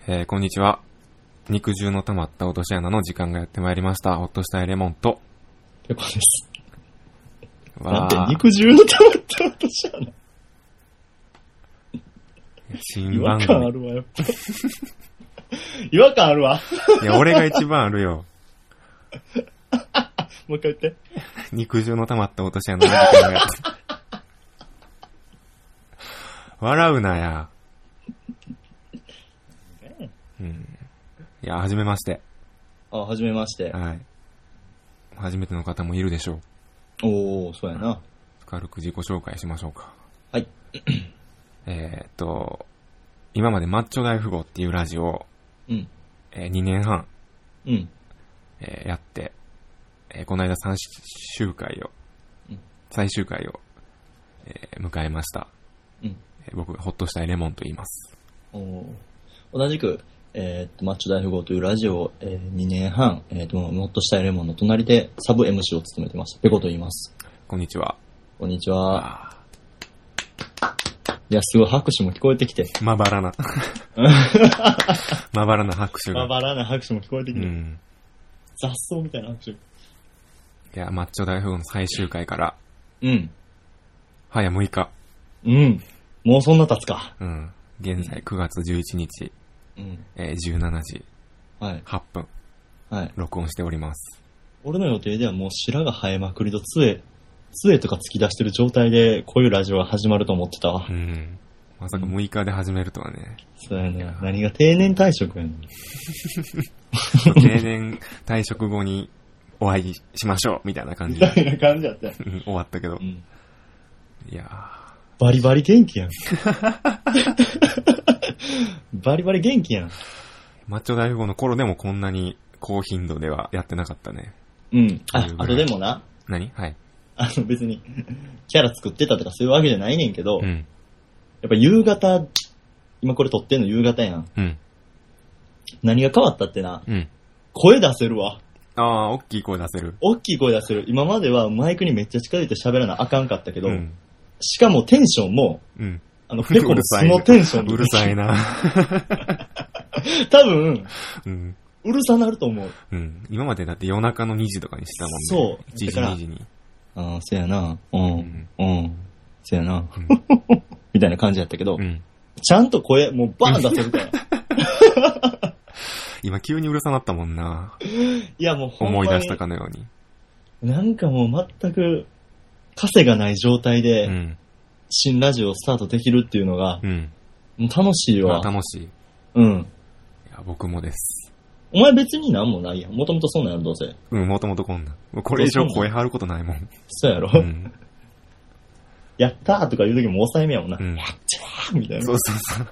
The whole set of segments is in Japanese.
こんにちは。肉汁の溜まった落とし穴の時間がやってまいりました。ほっとしたいレモンと。 ペコです。 わなんて肉汁の溜まった落とし穴。 新違和番組。 感あるわ、やっぱ。違和感あるわ。 いや、俺が一番あるよ。 もう一回言って。 肉汁の溜まった落とし穴の時間がやって。笑うなや。うん。いや、はじめまして。 あ、はじめまして。 はい。初めての方もいるでしょう。 おー、そうやな。 軽く自己紹介しましょうか。 はい。 今までマッチョ大富豪っていうラジオを、 うん。 2年半、 うん。 やって、この間最終回を、迎えました。 うん。 僕がほっとしたいレモンと言います。 おー。同じく、マッチョ大富豪というラジオを、2年半、もっとしたいレモンの隣でサブ MC を務めてました。ペコと言います。 こんにちは。 こんにちは。いや、すごい拍手も聞こえてきて。 まばらな。まばらな拍手が。 まばらな拍手も聞こえてきて。 うん。 雑草みたいな拍手。 いや、マッチョ大富豪の最終回から、 うん。 早6日。 うん。もうそんな経つか。 うん。現在9月11日、 うん。 17時はい。 8分、 はい。 録音しております。 俺の予定ではもう白が生えまくりと杖とか突き出してる状態でこういうラジオが始まると思ってたわ。 うん。まさか6日で始めるとはね。 そうやね。何が定年退職やねん。 定年退職後にお会いしましょうみたいな感じでみたいな感じだったよ。 終わったけど。 うん。 いやバリバリ元気やん。バリバリ元気やん。 マッチョ大富豪の頃でもこんなに高頻度ではやってなかったね。 うん。あいうぐらいとでもな、 何？はい。 別にキャラ作ってたとかそういうわけじゃないねんけど、 うん。 やっぱ夕方、今これ撮ってんの夕方やん。 うん。 何が変わったってな、 うん。 声出せるわ。 ああ、大きい声出せる。 大きい声出せる。今まではマイクにめっちゃ近づいて喋らなあかんかったけど、 うん。 しかもテンションも、 うん。 ペコの素のテンションうるさいな。 多分、 うん。 うるさなると思う。 うん。今までだって夜中の2時とかにしたもんね。 そう 1時、 だから 2時に。 ああ、そやな。うん。 んうん。そやな。 うんみたいな感じやったけど、 うん。 ちゃんと声、もうバーン出せるから。 今急にうるさなったもんな。 いやもうほんまに思い出したかのように。 なんかもう全く、稼がない状態うで、 ん。 新ラジオをスタートできるっていうのが、 うん。 もう楽しいわ。 楽しい。いうん。 や、僕もです。 お前別になんもないやん。もともとそんなんやろ、どうせ。 うん、もともとこんな。これ以上声張ることないもん。 そうやろ。 うん。 やったーとか言う時も抑えめやもんな。 うんやったーみたいな。 そうそうそう。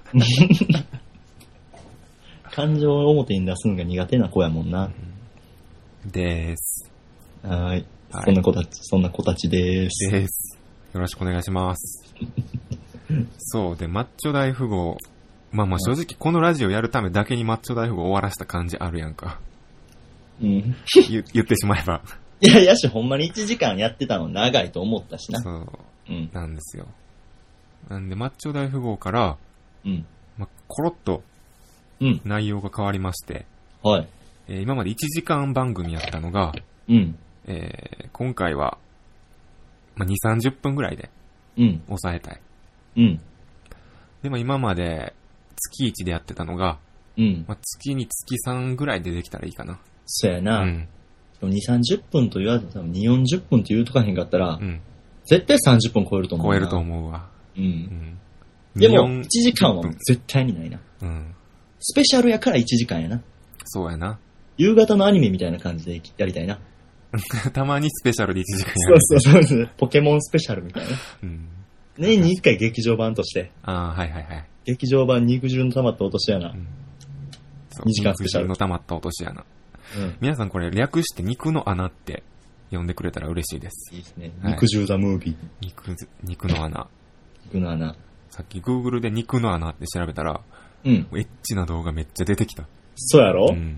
感情を表に出すのが苦手な子やもんな。 でーす。 はーい。 はいそんな子たちでーす。 です。よろしくお願いします。そうで、マッチョ大富豪。まあまあ正直このラジオやるためだけにマッチョ大富豪終わらした感じあるやんか。 うん。 言ってしまえば。 いやいやし、ほんまに1時間やってたの長いと思ったしな。 そううん。 なんですよ。なんでマッチョ大富豪から、 うん。 まあ、コロッとうん。 内容が変わりまして、 はい。 今まで1時間番組やったのが、 うん。 今回は、まあ、2、30分ぐらいでうん。 抑えたい。 うん。 でも今まで月1でやってたのが、 うん。 まあ、月に月3ぐらいでできたらいいかな。 そうやな。 うん。 でも2、30分と言わず多分2、40分って言うとかへんかったら、 うん。 絶対30分超えると思うな。 超えると思うわ。 う。 うんん。 でも、 2 1時間は 10分絶対にないな。 うん。 スペシャルやから1時間やな。 そうやな。 夕方のアニメみたいな感じでやりたいな。 たまにスペシャルで1時間やる。 そうそう。ポケモンスペシャルみたいな。 うん。 年に1回劇場版として、 ああ、はいはいはい。 劇場版肉汁の溜まった落とし穴。 うん。そう 2時間スペシャル肉汁の溜まった落とし穴。 うん。 皆さんこれ略して肉の穴って呼んでくれたら嬉しいです。 いいですね。 はい肉汁ザムービー。 肉の穴。 肉の穴。 さっき Google で肉の穴って調べたら、 うん。 エッチな動画めっちゃ出てきた。 そうやろ、 うん。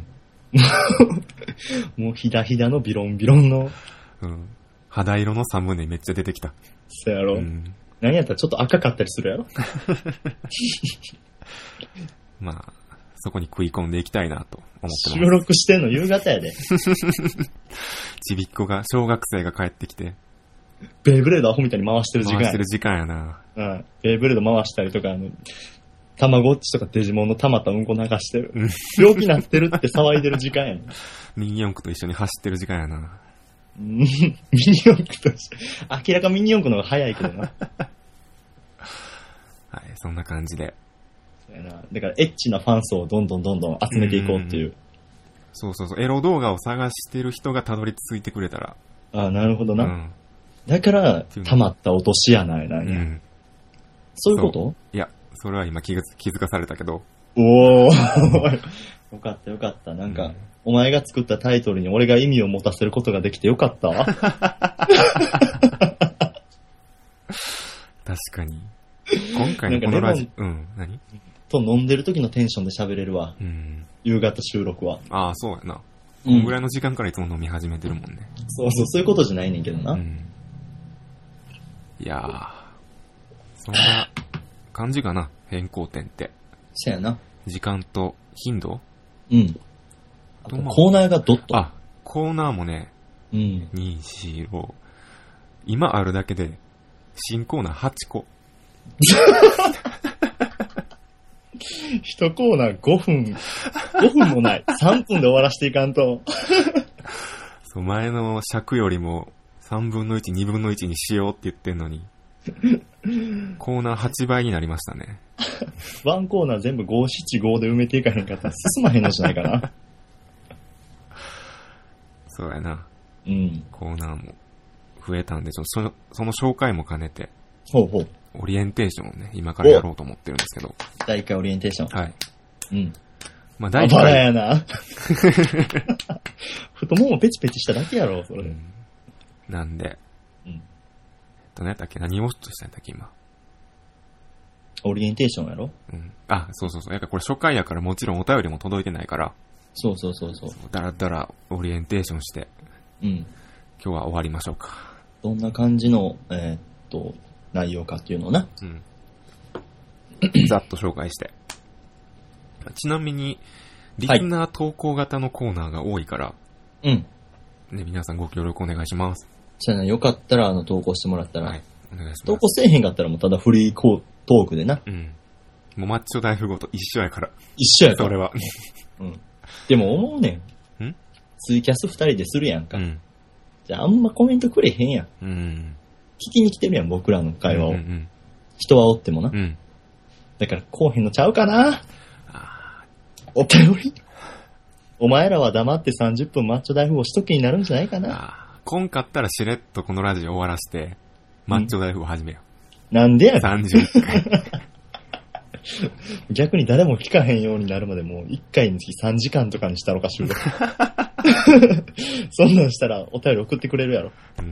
もうひだひだのビロンビロンの。 うん。肌色のサムネめっちゃ出てきた。 そうやろ、 うん。 何やったらちょっと赤かったりするやろまあ、 そこに食い込んでいきたいなと思ってます。 収録してんの夕方やで。 ちびっこが、小学生が帰ってきて。 ベイブレードアホみたいに回してる時間や。 回してる時間やな。 うん。ベイブレード回したりとか、たまごっちとかデジモンのたまったうんこ流してる。病気になってるって騒いでる時間やね。 ミニ四駆と一緒に走ってる時間やな。 ミニ四駆として。明らかミニ四駆の方が早いけどな。 はい、そんな感じで。 そうやな。だからエッチなファン層をどんどん集めていこうっていう。 そうそうそう。エロ動画を探してる人がたどり着いてくれたら。 ああ、なるほどな。うん、だから、溜まった落とし穴やなんや。うん、そういうこと？ いや、それは今気づかされたけど。 おーよかったよかった。なんか、お前が作ったタイトルに俺が意味を持たせることができてよかったわ。 確かに。今回のこのラジオ、何と飲んでる時のテンションで喋れるわ。夕方収録は。 ああ、そうやな。このぐらいの時間からいつも飲み始めてるもんね。 そうそう、そういうことじゃないねんけどな。 いやー、そんな感じかな、変更点って。 そやな。 時間と頻度？ あとコーナーがドット。 あ、コーナーもね、2、4、5。今あるだけで、新コーナー8個。 1コーナー5分もない。3分で終わらせていかんと。 そう、前の尺よりも3分の1、2分の1にしようって言ってんのに、コーナー8倍になりましたね。 ワンコーナー全部5、7、5で埋めていかへんかったら進まへんのじゃないかな。 そうやな。コーナーも増えたんで、その紹介も兼ねて、オリエンテーションをね、今からやろうと思ってるんですけど。 第1回オリエンテーション。 はい。まあ、 第1回。バラやな。太ももペチペチしただけやろ、それ。 なんで。何やったっけ？何をとしたんだっけ、今。 オリエンテーションやろ？ あ、そうそうそう。やっぱこれ初回やからもちろんお便りも届いてないから。 そう。 だらだらオリエンテーションして。今日は終わりましょうか。 どんな感じの、内容かっていうのをな。 ざっと紹介して。ちなみに、リスナー投稿型のコーナーが多いから、ね、皆さんご協力お願いします。 そうやな、よかったら投稿してもらったら、 はい、お願いします。 投稿せえへんかったらもうただフリートークでな。 もうマッチョ大富豪と一緒やから。 一緒やから。 それは。 でも思うねん。ツイキャス2人でするやんか。じゃああんまコメントくれへんやん。聞きに来てるやん、僕らの会話を。人はおってもな。だから、こうへんのちゃうかな。お便り。お前らは黙って30分マッチョ大富豪しときになるんじゃないかな。 こんかったらしれっとこのラジオ終わらして、マッチョ大富豪始めよう。なんでやねん。 31回。 逆に誰も聞かへんようになるまでもう1回につき3時間とかにしたのか収録。そんなんしたらお便り送ってくれるやろ。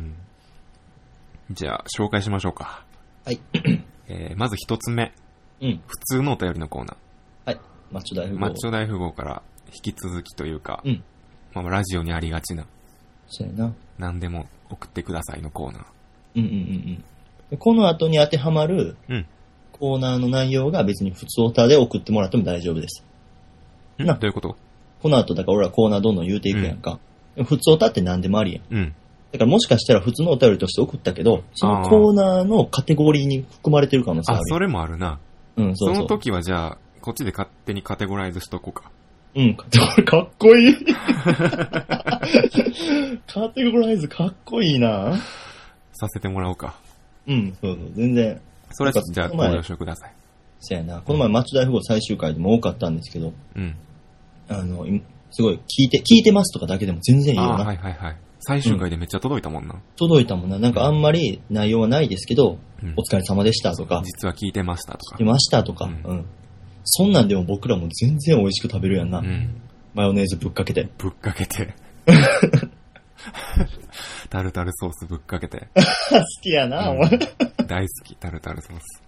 じゃあ、紹介しましょうか。 はい。 まず一つ目。普通のお便りのコーナー。 はい。マッチョ大富豪。 マッチョ大富豪から引き続きというか、ラジオにありがちな。 そうやな。 何でも送ってくださいのコーナー。 この後に当てはまる、コーナーの内容が別に普通オタで送ってもらっても大丈夫です。 どういうこと？ この後だから俺らコーナーどんどん言うていくやんか。普通オタって何でもありやん。だからもしかしたら普通のお便りとして送ったけど、そのコーナーのカテゴリーに含まれてる可能性ある。 それもあるな。 そう。 その時はじゃあ、こっちで勝手にカテゴライズしとこうか。 かっこいい。カテゴライズかっこいいな。 させてもらおうか。 そう。全然。 それはじゃあご了承ください。 そうやな。この前マッチ大富豪最終回でも多かったんですけど、すごい聞いてますとかだけでも全然いいよな。 はい。最終回でめっちゃ届いたもんな。 届いたもんな。なんかあんまり内容はないですけど、お疲れ様でしたとか。 実は聞いてましたとか。 聞きましたとか。そんなんでも僕らも全然美味しく食べるやんな。マヨネーズぶっかけて。 タルタルソースぶっかけて。 好きやな、お前。 大好き、タルタルソース。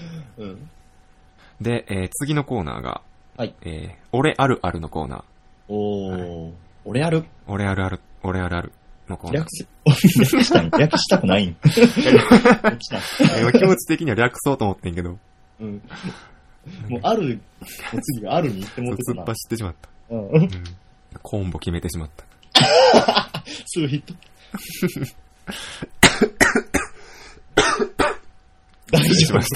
で、次のコーナーが、俺あるあるのコーナー。 俺あるのコーナー。 略したくないん。 気持ち的には略そうと思ってんけど。 もうある、お次があるに行ってもってたな。 突っ走ってしまった。 うん。 コンボ決めてしまった。 すぐヒット。 大丈夫しました。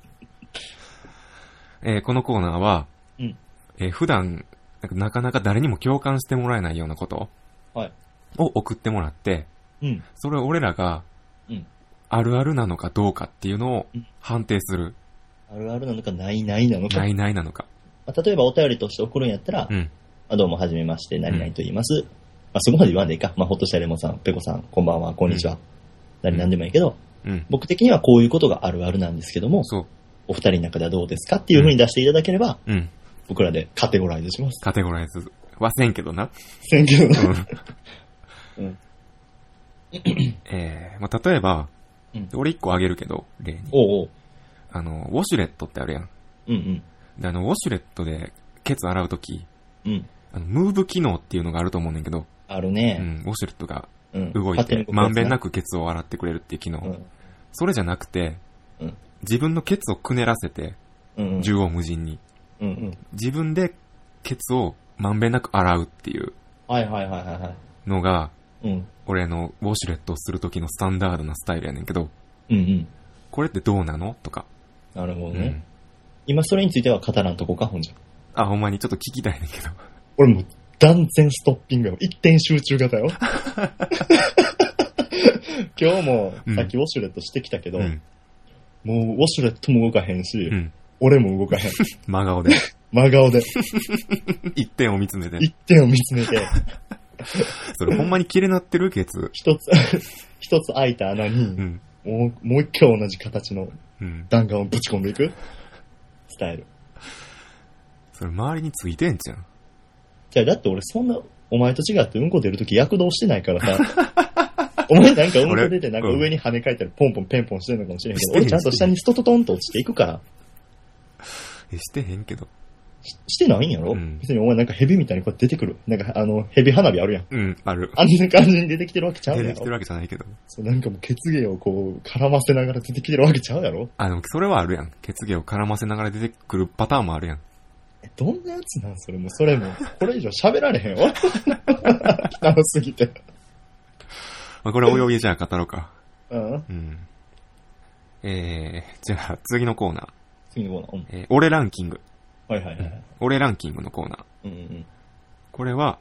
このコーナーは、普段なかなか誰にも共感してもらえないようなことを送ってもらって、それを俺らが、あるあるなのかどうかっていうのを判定する。 あるあるなのかないないなのか。 ないないなのか。 例えばお便りとして送るんやったら、どうもはじめまして、何々と言います。そこまで言わんでいいか。ほっとしたレモンさん、ペコさん、こんばんは、こんにちは。何でもいいけど、僕的にはこういうことがあるあるなんですけども、お二人の中ではどうですかっていう風に出していただければ、僕らでカテゴライズします。 カテゴライズはせんけどな。 せんけどな。 例えば、俺一個あげるけど、例に。ウォシュレットってあるやん。で、ウォシュレットでケツ洗うとき、ムーブ機能っていうのがあると思うねんけど、 あるね。 ウォシュレットが動いて、まんべんなくケツを洗ってくれるっていう機能。それじゃなくて、自分のケツをくねらせて、縦横無尽に。自分でケツをまんべんなく洗うっていうのが、俺のウォシュレットをするときのスタンダードなスタイルやねんけど、これってどうなのとか。 なるほどね。今それについては語らんとこか、ほんじゃ。 ほんまにちょっと聞きたいねんけど。 俺もう断然ストッピングよ。一点集中型よ。今日もさっきウォシュレットしてきたけど、もうウォシュレットも動かへんし、俺も動かへん。 真顔で。 真顔で。 一点を見つめて。 一点を見つめて。 それほんまに綺麗なってるケツ。 一つ開いた穴に、もう一回同じ形の弾丸をぶち込んでいくスタイル。 それ周りについてんじゃん。 じゃあだって俺そんな、お前と違ってうんこ出るとき躍動してないからさ。お前なんかうんこ出てなんか上に跳ね返ったりポンポンペンポンしてるのかもしれんけど、俺ちゃんと下にストトトンと落ちていくから。 してへんけど。 してないんやろ、別にお前なんかヘビみたいにこう出てくる。なんかヘビ花火あるやん。 ある。 あんな感じに出てきてるわけちゃうやろ。 出てきてるわけじゃないけど。 そう、なんかもう血芸をこう絡ませながら出てきてるわけちゃうやろ。 でもそれはあるやん。血芸を絡ませながら出てくるパターンもあるやん。 どんなやつなんそれも。それも。これ以上喋られへんわ。汚すぎて。 これ泳ぎじゃあ語ろうか。じゃあ次のコーナー。 次のコーナー。 俺ランキング。 俺ランキングのコーナー。これは、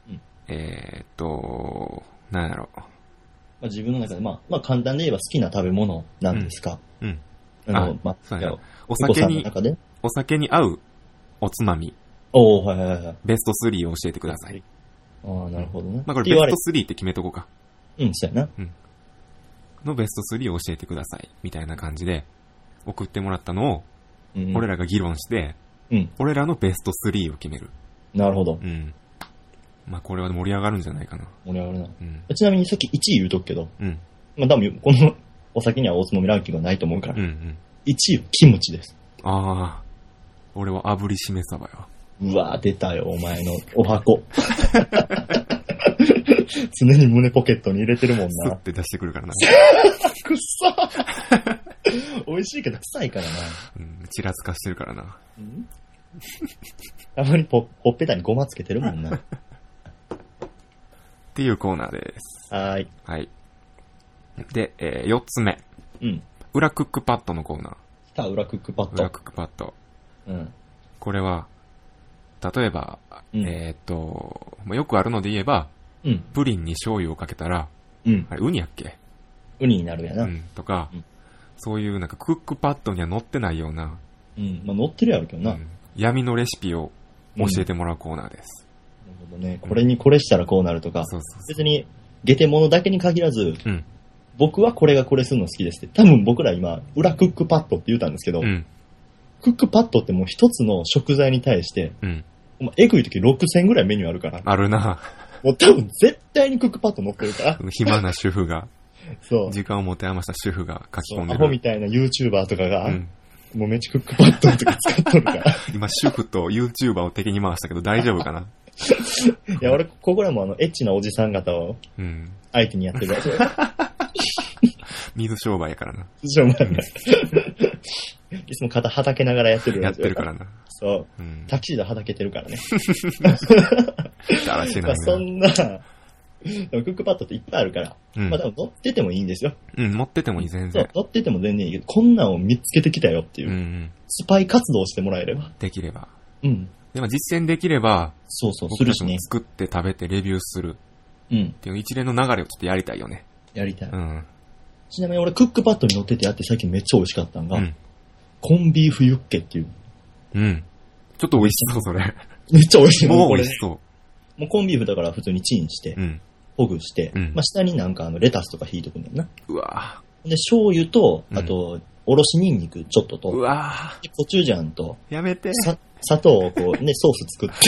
なんやろう。 自分の中で、簡単で言えば好きな食べ物なんですか。 そうやな。お酒に合うおつまみ。ベスト3を教えてください。 なるほどね。 これベスト3って決めとこうか。 そうやな。 のベスト3を教えてください。みたいな感じで送ってもらったのを、俺らが議論して、俺らのベスト3を決める。 なるほど。 これは盛り上がるんじゃないかな。 盛り上がるな。ちなみにさっき1位言うとくけど、多分このお酒にはおつまみランキングはないと思うから、1位はキムチです。 俺は炙りしめ鯖よ。 うわー出たよ、お前のお箱。常に胸ポケットに入れてるもんな。 スッて出してくるからな。 くっさ美味しいけど臭いからな。 ちらつかしてるからな。 たまにほっぺたにごまつけてるもんな。 っていうコーナーです。 はい。 で、4つ目。裏クックパッドのコーナー。 裏クックパッド。 裏クックパッド。これは、例えば、よくあるので言えば、プリンに醤油をかけたら、あれ、ウニやっけ？ ウニになるやな。 とか、そういうなんかクックパッドには載ってないような、 載ってるやろけどな。 闇のレシピを教えてもらうコーナーです。 なるほどね。これにこれしたらこうなるとか、別に、ゲテモノだけに限らず、僕はこれがこれするの好きですって。多分僕ら今、裏クックパッドって言ったんですけど、クックパッドってもう一つの食材に対して、えぐい時6000ぐらいメニューあるから。 あるな。 もう多分絶対にクックパッド載ってるから。 暇な主婦が。 そう。 時間を持て余した主婦が書き込んでる。 アホみたいな YouTuber とかが、もうめっちゃクックパッドとか使っとるから。 今主婦と YouTuber を敵に回したけど大丈夫かな。 いや、俺、ここらもエッチなおじさん方を、相手にやってるやつ。 水商売やからな。 商売。 いつも肩はだけながらやってるやってるからな。 そう。タキシードはだけてるからね。 だらしないな。 まあそんな、クックパッドっていっぱいあるから、まあ多分乗っててもいいんですよ。 乗っててもいい、全然。 そう、乗ってても全然いいけど、こんなんを見つけてきたよっていう、スパイ活動をしてもらえれば。 できれば。でも実践できれば、 そう、するしね。 作って食べてレビューする。っていう一連の流れをちょっとやりたいよね。 やりたい。ちなみに俺クックパッドに乗っててやって最近めっちゃ美味しかったのが、コンビーフユッケっていう。 ちょっと美味しそう、それ。 めっちゃ美味しい。 もう美味しそう。 もうコンビーフだから普通にチンして、ほぐして、まあ下になんかレタスとか引いとくんだよな。 うわで、醤油と、あと、おろしニンニクちょっとと、 うわコチュジャンと、 やめて。 砂糖をこうね、ソース作って、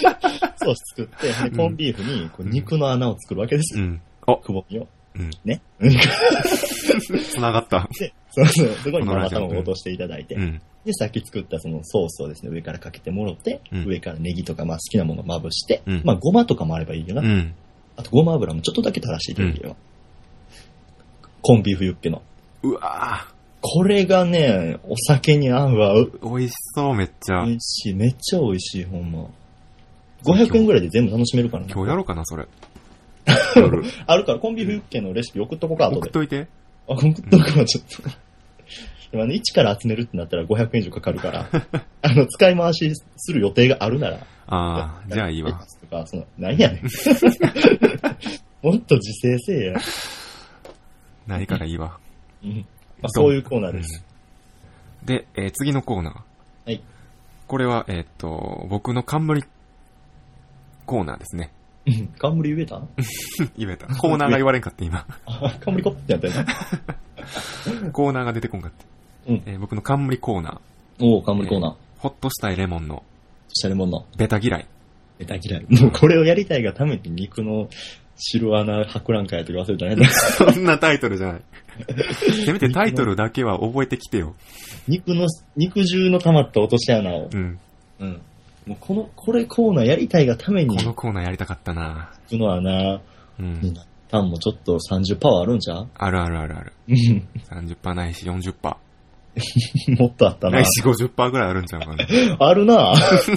ソース作って、でコンビーフにこう肉の穴を作るわけですよ。くぼみを。ね。 繋がった。 で、そこに生卵を落としていただいて、で、さっき作ったそのソースをですね、上からかけてもろって、上からネギとかまあ好きなものをまぶして、まあごまとかもあればいいよな。あとごま油もちょっとだけ垂らしていただければ。コンビーフユッケの。 うわぁ。 これがね、お酒に合う。 美味しそう、めっちゃ。 美味しい、めっちゃ美味しい、ほんま。500円ぐらいで全部楽しめるからね。 今日やろうかな、それ。 あるから、コンビーフユッケのレシピ送っとこうか、後で。 送っといて。 送っとくわ、ちょっと。でも一から集めるってなったら500円以上かかるから、使い回しする予定があるなら。 ああ、じゃあいいわ。 とか、何やねん。もっと自制せえや。 ないからいいわ。 まあ、そういうコーナーです。 で、次のコーナー。 はい。 これは、僕の冠コーナーですね。 冠言えた言えた。コーナーが言われんかって今。 冠コってやったよな。 コーナーが出てこんかって。僕の冠コーナー。おー、冠コーナー。 ほっとしたいレモンの。 したレモンの。 ベタ嫌い。 ベタ嫌い。もうこれをやりたいがために肉の白穴博覧会とか忘れたね。 そんなタイトルじゃない。せめてタイトルだけは覚えてきてよ。 肉汁の溜まった落とし穴を。もうこれコーナーやりたいがために。 このコーナーやりたかったな。 肉の穴。タンもちょっと 30% はあるんちゃう？ ある。30% ないし 40%。 もっとあったな。 ないし 50% ぐらいあるんちゃうかな。 あるな。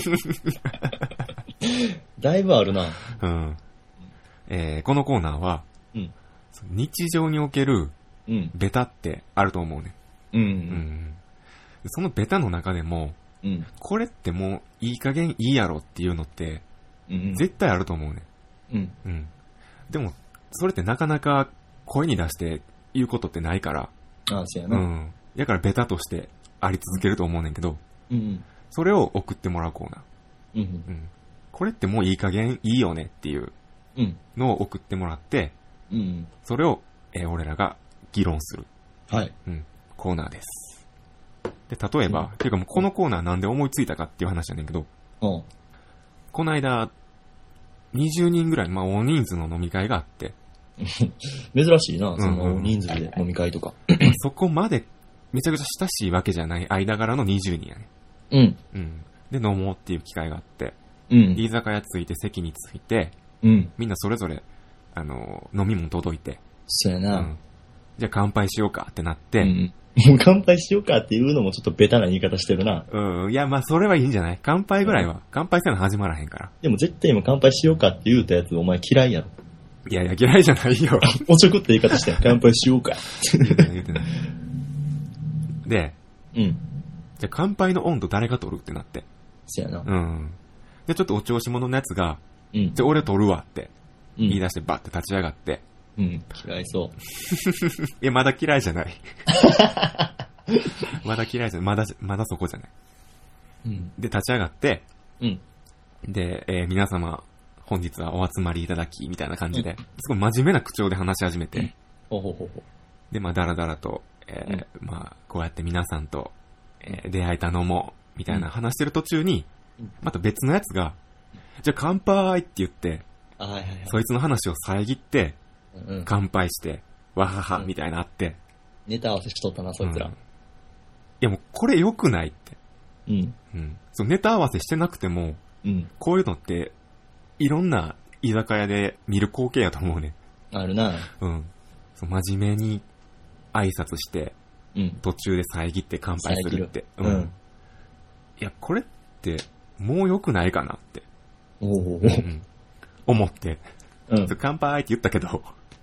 だいぶあるな。 このコーナーは、日常におけるベタってあると思うね。そのベタの中でも、これってもういい加減いいやろっていうのって、絶対あると思うね。でも、それってなかなか声に出して言うことってないから。 そうやな。 だからベタとしてあり続けると思うねんけど、それを送ってもらうコーナー。これってもういい加減いいよねっていうのを送ってもらって、それを、俺らが議論する、コーナーです。で、例えば、ていうかもうこのコーナーなんで思いついたかっていう話なんだけど、この間、20人ぐらい、まあ大人数の飲み会があって、 珍しいな、その大人数で飲み会とか。 そこまでめちゃくちゃ親しいわけじゃない間柄の20人やね。で、飲もうっていう機会があって、居酒屋着いて席に着いて、みんなそれぞれ、飲み物届いて。 そうやな。 じゃあ乾杯しようかってなって。 もう乾杯しようかっていうのもちょっとベタな言い方してるな。 いや、まあそれはいいんじゃない？乾杯ぐらいは。乾杯せな始まらへんから。 でも絶対今乾杯しようかって言うたやつお前嫌いやろ。 いや嫌いじゃないよ。 おちょくって言い方して乾杯しようか。 言うてない。で、じゃあ乾杯の温度誰が取るってなって。 そうやな。 で、ちょっとお調子者のやつが、じゃあ俺取るわって言い出してバッて立ち上がって。 嫌いそう。 いや、まだ嫌いじゃない。まだ嫌いじゃない。まだそこじゃない。で、立ち上がって、で、皆様、本日はお集まりいただき、みたいな感じで、すごい真面目な口調で話し始めて、で、まあ、だらだらと、まあ、こうやって皆さんと、出会えたのも、みたいな話してる途中に、また別のやつが、じゃあ乾杯って言って、そいつの話を遮って、乾杯して、わはは、みたいなあって。 ネタ合わせしとったな、そいつら。 いやもう、これ良くないって。そう、ネタ合わせしてなくても、こういうのって、いろんな居酒屋で見る光景やと思うね。 あるな。 そう、真面目に挨拶して、 途中で遮って乾杯するって。いや、これって、もう良くないかなって。思って。乾杯って言ったけど。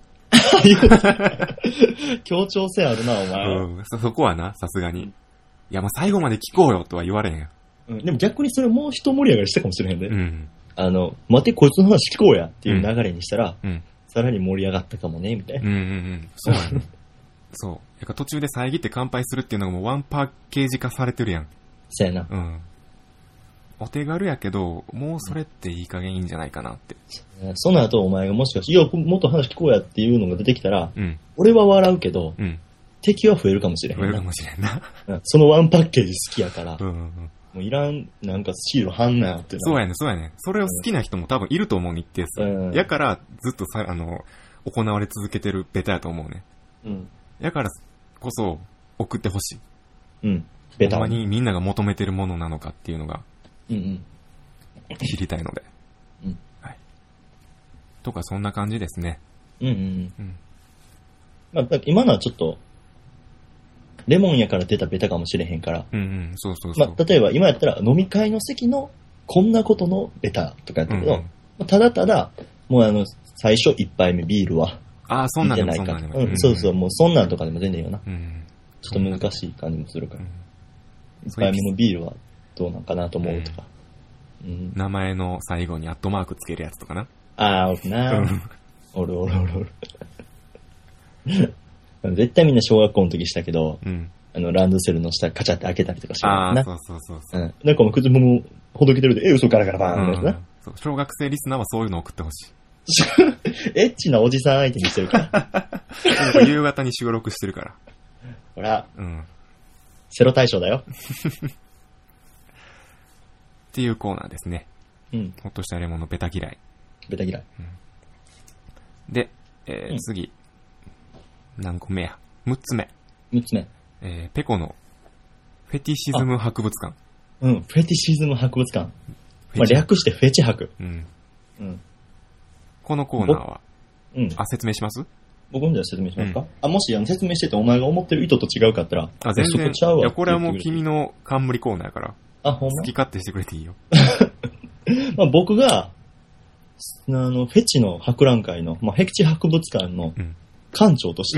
協調性あるな、お前。 そこはな、さすがに。いや、もう最後まで聞こうよとは言われへんや。 でも逆にそれもう一盛り上がりしたかもしれへんで。待て、こいつの話聞こうやっていう流れにしたら、さらに盛り上がったかもね、みたいな。 そうやね。そう。途中で遮って乾杯するっていうのがもうワンパッケージ化されてるやん。 そうやな。 お手軽やけど、もうそれっていい加減いいんじゃないかなって。 その後お前がもしかして、いや、もっと話聞こうやっていうのが出てきたら、俺は笑うけど、敵は増えるかもしれへん。 増えるかもしれんな。 そのワンパッケージ好きやから、もういらん、なんかシール貼んなよってそうやね。それを好きな人も多分いると思う、一定数。やからずっと行われ続けてるベタやと思うね。やからこそ送ってほしい。ベタ。ほんまにみんなが求めてるものなのかっていうのが、知りたいので。はい。とかそんな感じですね。 まあ、今のはちょっと、レモンやから出たベタかもしれへんから。 そう。 まあ、例えば今やったら飲み会の席のこんなことのベタとかやったけど、ただただ、もう最初一杯目ビールは、 そんなんでもそう、もうそんなんとかでも全然いいよな。ちょっと難しい感じもするから。一杯目のビールはどうなんかなと思うとか。 名前の最後にアットマークつけるやつとかな。 おるな。おる。絶対みんな小学校の時したけど、ランドセルの下カチャって開けたりとかしてるな。 そう。 なんかもう靴もほどけてるで、嘘ガラガラバーンってやつな。 小学生リスナーはそういうの送ってほしい。 エッチなおじさん相手にしてるから。 夕方に収録してるから。 ほら。セロ対象だよ。 っていうコーナーですね。ほっとしたレモンのベタ嫌い。で、次。何個目や ?6 つ目。ペコのフェティシズム博物館。 フェティシズム博物館。まあ、略してフェチ博。 このコーナーは、説明します？ 僕もじゃあ説明しますか？もし説明しててお前が思ってる意図と違うかったら、 全然そこちゃうわ。いや、これはもう君の冠コーナーやから。ほんま？好き勝手してくれていいよ。 まあ僕が、フェチの博覧会の、フェチ博物館の館長として、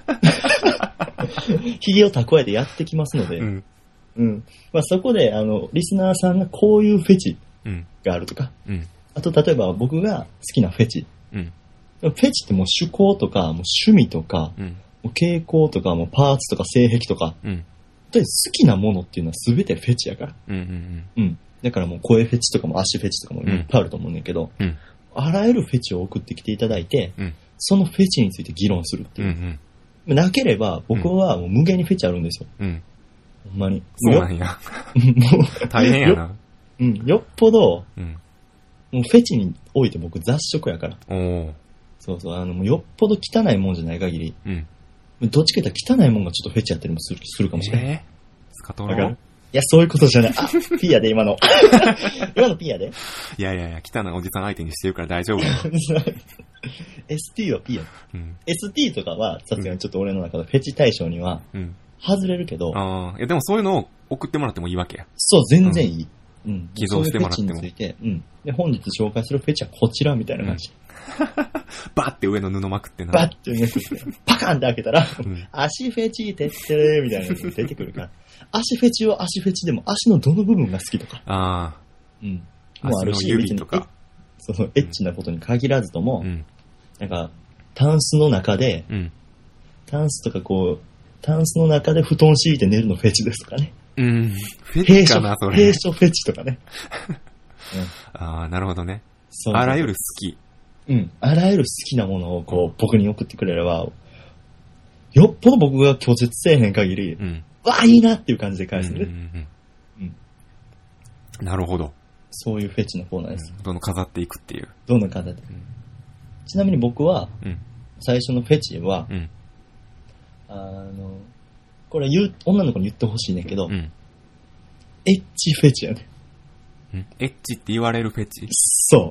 髭を蓄えてやってきますので、まあそこで、リスナーさんがこういうフェチがあるとか、あと例えば僕が好きなフェチ、フェチってもう趣向とか、もう趣味とか、もう傾向とか、もうパーツとか性癖とか、好きなものっていうのは全てフェチやから。だからもう声フェチとかも足フェチとかもいっぱいあると思うねんけど、あらゆるフェチを送ってきていただいて、そのフェチについて議論するっていう。なければ僕はもう無限にフェチあるんですよ。ほんまに。 そうなんや。大変やな。 よっぽど、もうフェチにおいて僕雑食やから。そうそう、もうよっぽど汚いもんじゃない限り、どっちか言ったら汚いもんがちょっとフェチやったりもするかもしれない。 スカトロ？ いや、そういうことじゃない。ピーやで、今の。今のピーやで。 いや、汚いおじさん相手にしてるから大丈夫。 ST はピーやで。ST とかは、さすがにちょっと俺の中のフェチ対象には、外れるけど。 いや、でもそういうのを送ってもらってもいいわけや。 そう、全然いい。 寄贈してもらっても。 そういうフェチについて、で、本日紹介するフェチはこちらみたいな感じ。 バッて上の布まくってな。 バッて上の布パカンって開けたら、足フェチてってれーみたいなのが出てくるから。足フェチは足フェチでも足のどの部分が好きとか。もうあるし、 指とか。 そのエッチなことに限らずとも、なんか、タンスの中で、タンスとかこう、タンスの中で布団敷いて寝るのフェチですとかね。 フェチかな、それ。 閉所フェチとかね。 なるほどね。あらゆる好き。 あらゆる好きなものをこう、僕に送ってくれれば、よっぽど僕が拒絶せえへん限り、わあ、いいなっていう感じで返すね。 なるほど。 そういうフェチのコーナーです。 どんどん飾っていくっていう。 どんどん飾っていく。ちなみに僕は、最初のフェチは、これ女の子に言ってほしいねんけど、エッチフェチやね。 エッチって言われるフェチ？ そう。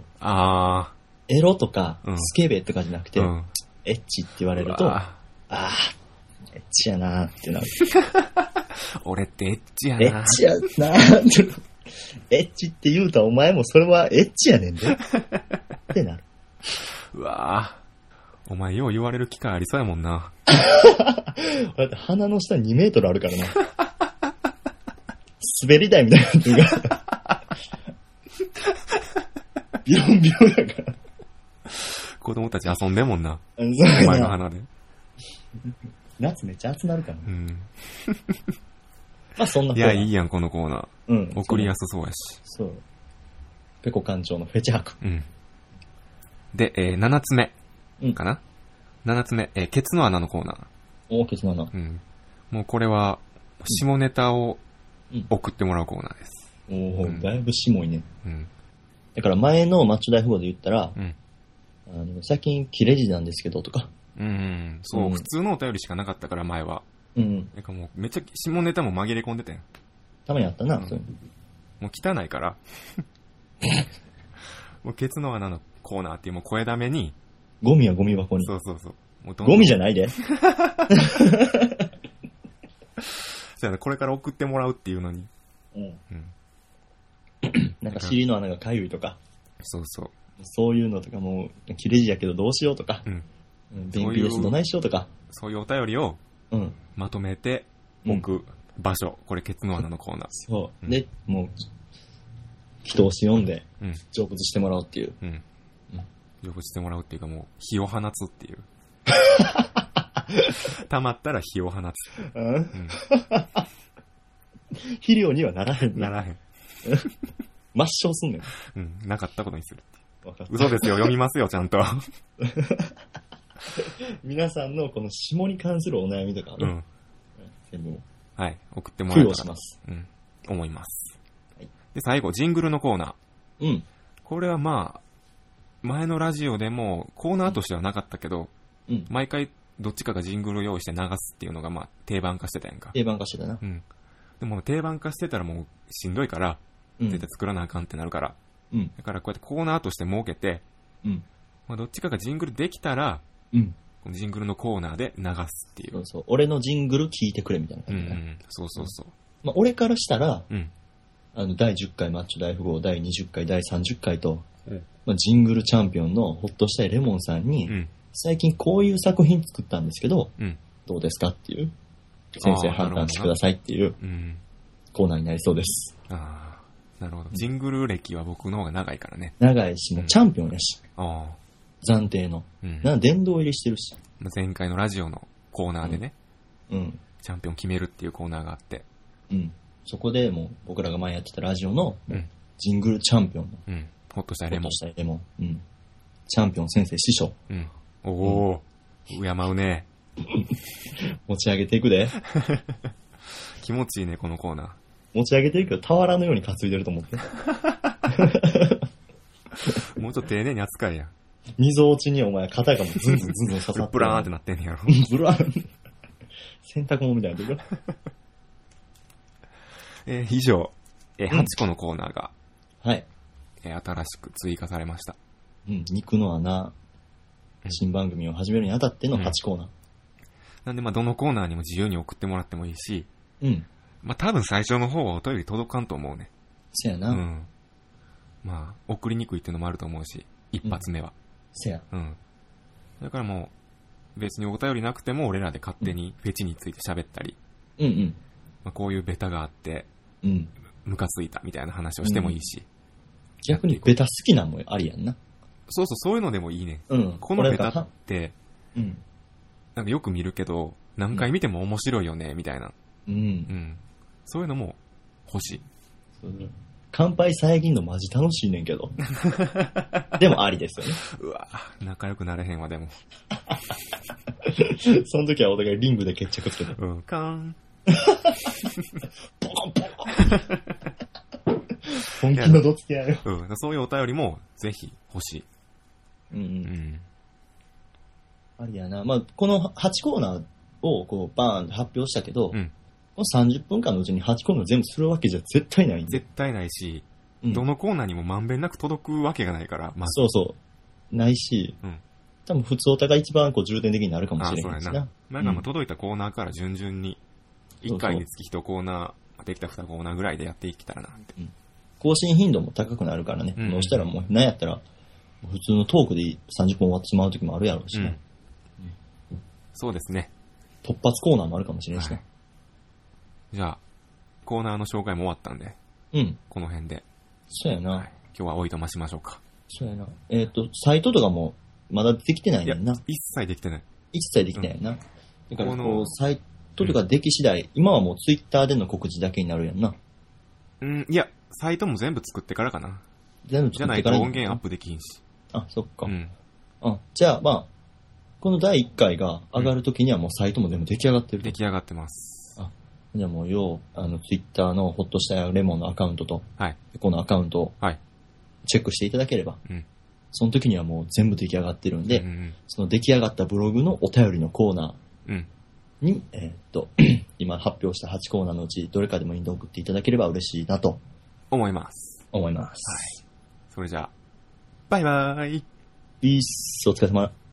エロとか、スケベとかじゃなくて、エッチって言われると、 エッチやなーってなる。 俺ってエッチやな。 エッチやなーって。エッチって言うたらお前もそれはエッチやねんで。ってなる。 うわぁ。お前よう言われる機会ありそうやもんな。 だって鼻の下2メートルあるからな。滑り台みたいになってるから。ビヨンビヨンやから。 子供たち遊んでんもんな。 お前の鼻で。 夏めっちゃ暑なるから。うん。まあそんな。 いや、いいやん、このコーナー。うん。送りやすそうやし。 そう。ペコ館長のフェチ博。 うん。で、7つ目。かな、うん、7つ目、ケツの穴のコーナー。 おー、ケツの穴。 うん。もうこれは、下ネタを送ってもらうコーナーです。 おー、だいぶ下いね。うん。だから前のマッチョ大富豪で言ったら、うん。最近切れ字なんですけどとか。 そう、うん、普通のお便りしかなかったから前は。うん。なんかもうめっちゃ下ネタも紛れ込んでたよ。 たまにあったな、うん、 もう汚いから。もうケツの穴のコーナーっていうもう声だめに。 ゴミはゴミ箱に。 そうそうそう。 もうゴミじゃないで。 そうや、これから送ってもらうっていうのに。うん。うん、 なんか尻の穴がかゆいとか。 そうそう。 そういうのとかもう、切れ字やけどどうしようとか。うん。便秘ですどないしようとか。 そういうお便りを、うん。まとめて置く場所。うん、これ、ケツの穴のコーナー。 そう。うん、で、もう、人を読んで、成仏してもらおうっていう。うん。 成仏してもらうっていうかもう、火を放つっていう。溜まったら火を放つ。うん。うん、 肥料にはならへん。 ならへん。 抹消すんねん。 うん。なかったことにするって。嘘ですよ。読みますよ、ちゃんと。 皆さんのこの下に関するお悩みとか、ね、うん。全部。 はい。送ってもらえたら。 供養します。 うん。思います。はい。で、最後、ジングルのコーナー。うん。これはまあ、前のラジオでもコーナーとしてはなかったけど、うん。毎回どっちかがジングルを用意して流すっていうのがまあ定番化してたやんか。 定番化してたな。 うん。でも定番化してたらもうしんどいから、絶対作らなあかんってなるから。うん。だからこうやってコーナーとして設けて、うん。まあどっちかがジングルできたら、うん。このジングルのコーナーで流すっていう。 そうそう。俺のジングル聞いてくれみたいな感じ、ね。うん。 そうそうそう。 まあ俺からしたら、うん。第10回マッチョ大富豪、第20回、第30回と、うん。まあ、ジングルチャンピオンのホッとしたいレモンさんに、うん。最近こういう作品作ったんですけど、うん。どうですかっていう。先生判断してくださいっていう、うん。コーナーになりそうです。 ああ。なるほど。ジングル歴は僕の方が長いからね。 長いし、もうチャンピオンやし。ああ。暫定の。うん。なんか殿堂入りしてるし。 前回のラジオのコーナーでね。うん。チャンピオン決めるっていうコーナーがあって。 うん。そこでもう僕らが前やってたラジオの、うん。ジングルチャンピオンの。 うん。ホッとしたいレモン。ホッとしたいレモン。うん。チャンピオン先生師匠。 うん。おお、うん、敬うね。 持ち上げていくで。 気持ちいいね、このコーナー。 持ち上げていくけど、俵のように担いでると思って。 もうちょっと丁寧に扱いや。 溝落ちにお前肩がもうズンズンズンズン刺さって。 ブラーンってなってんねやろ。 ブラーン。洗濯物みたいなとこ。 以上、8個のコーナーが、 はい。 新しく追加されました。 うん、肉の穴、新番組を始めるにあたっての8コーナー。 なんで、まあ、どのコーナーにも自由に送ってもらってもいいし、うん。まあ、多分最初の方はお便り届かんと思うね。 せやな。うん。 まあ、送りにくいっていうのもあると思うし、一発目は。 せや。 うん。だからもう、別にお便りなくても俺らで勝手にフェチについて喋ったり、うんうん。まあ、こういうベタがあって、うん。ムカついたみたいな話をしてもいいし。 逆にベタ好きなんもありやんな。 そうそう、そういうのでもいいね。うん。このベタって、うん。なんかよく見るけど、何回見ても面白いよね、みたいな。うん。うん。そういうのも欲しい。 そうね。乾杯遮んのマジ楽しいねんけど。でもありですよね。 うわ仲良くなれへんわ、でも。 その時はお互いリングで決着つけて。 うん。カーン。 ポコンポコン。本気のどつき合いよ。 うん。そういうお便りもぜひ欲しい。うんうん。 ありやな。まあ、この8コーナーをこうバーンと発表したけど、うん、この30分間のうちに8コーナー全部するわけじゃ絶対ないんで。 絶対ないし、うん、どのコーナーにもまんべんなく届くわけがないから、 まあ、そうそう。ないし、うん、 多分普通オタが一番こう重点的になるかもしれないしな。 そうやな。なんか届いたコーナーから順々に、1回につき1コーナー、できた2コーナーぐらいでやっていけたらなって。 更新頻度も高くなるからね。そしたらもう、なんやったら、普通のトークで30分終わってしまう時もあるやろうしね。 そうですね。 突発コーナーもあるかもしれんしね。 じゃあ、コーナーの紹介も終わったんで、この辺で。 そうやな。 今日はおいとましましょうか。 そうやな。サイトとかもまだできてないねんな。 一切できてない。 一切できてないな。だからこう、サイトとかでき次第、今はもうツイッターでの告知だけになるやんな。 いや、サイトも全部作ってからかな。 全部作ってから。 じゃないと音源アップできひんし。 あ、そっか。じゃあまあ、この第1回が上がるときにはもうサイトも全部出来上がってる。 出来上がってます。 じゃあもうツイッターのホッとしたレモンのアカウントと、このアカウントをチェックしていただければ、その時にはもう全部出来上がってるんで、その出来上がったブログのお便りのコーナーに、今発表した8コーナーのうちどれかでもいいんで送っていただければ嬉しいなと思います。 思います。 それじゃあ、バイバーイ。 ピース、お疲れ様。